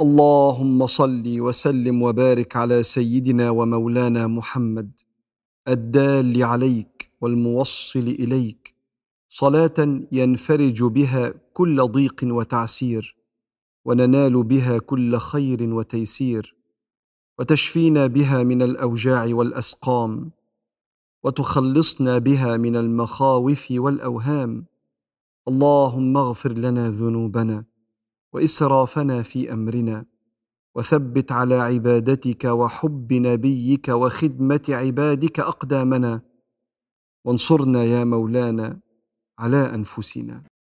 اللهم صل وسلم وبارك على سيدنا ومولانا محمد الدال عليك والموصل إليك، صلاة ينفرج بها كل ضيق وتعسير، وننال بها كل خير وتيسير، وتشفينا بها من الأوجاع والأسقام، وتخلصنا بها من المخاوف والأوهام. اللهم اغفر لنا ذنوبنا وإسرافنا في أمرنا، وثبت على عبادتك وحب نبيك وخدمة عبادك أقدامنا، وانصرنا يا مولانا على أنفسنا.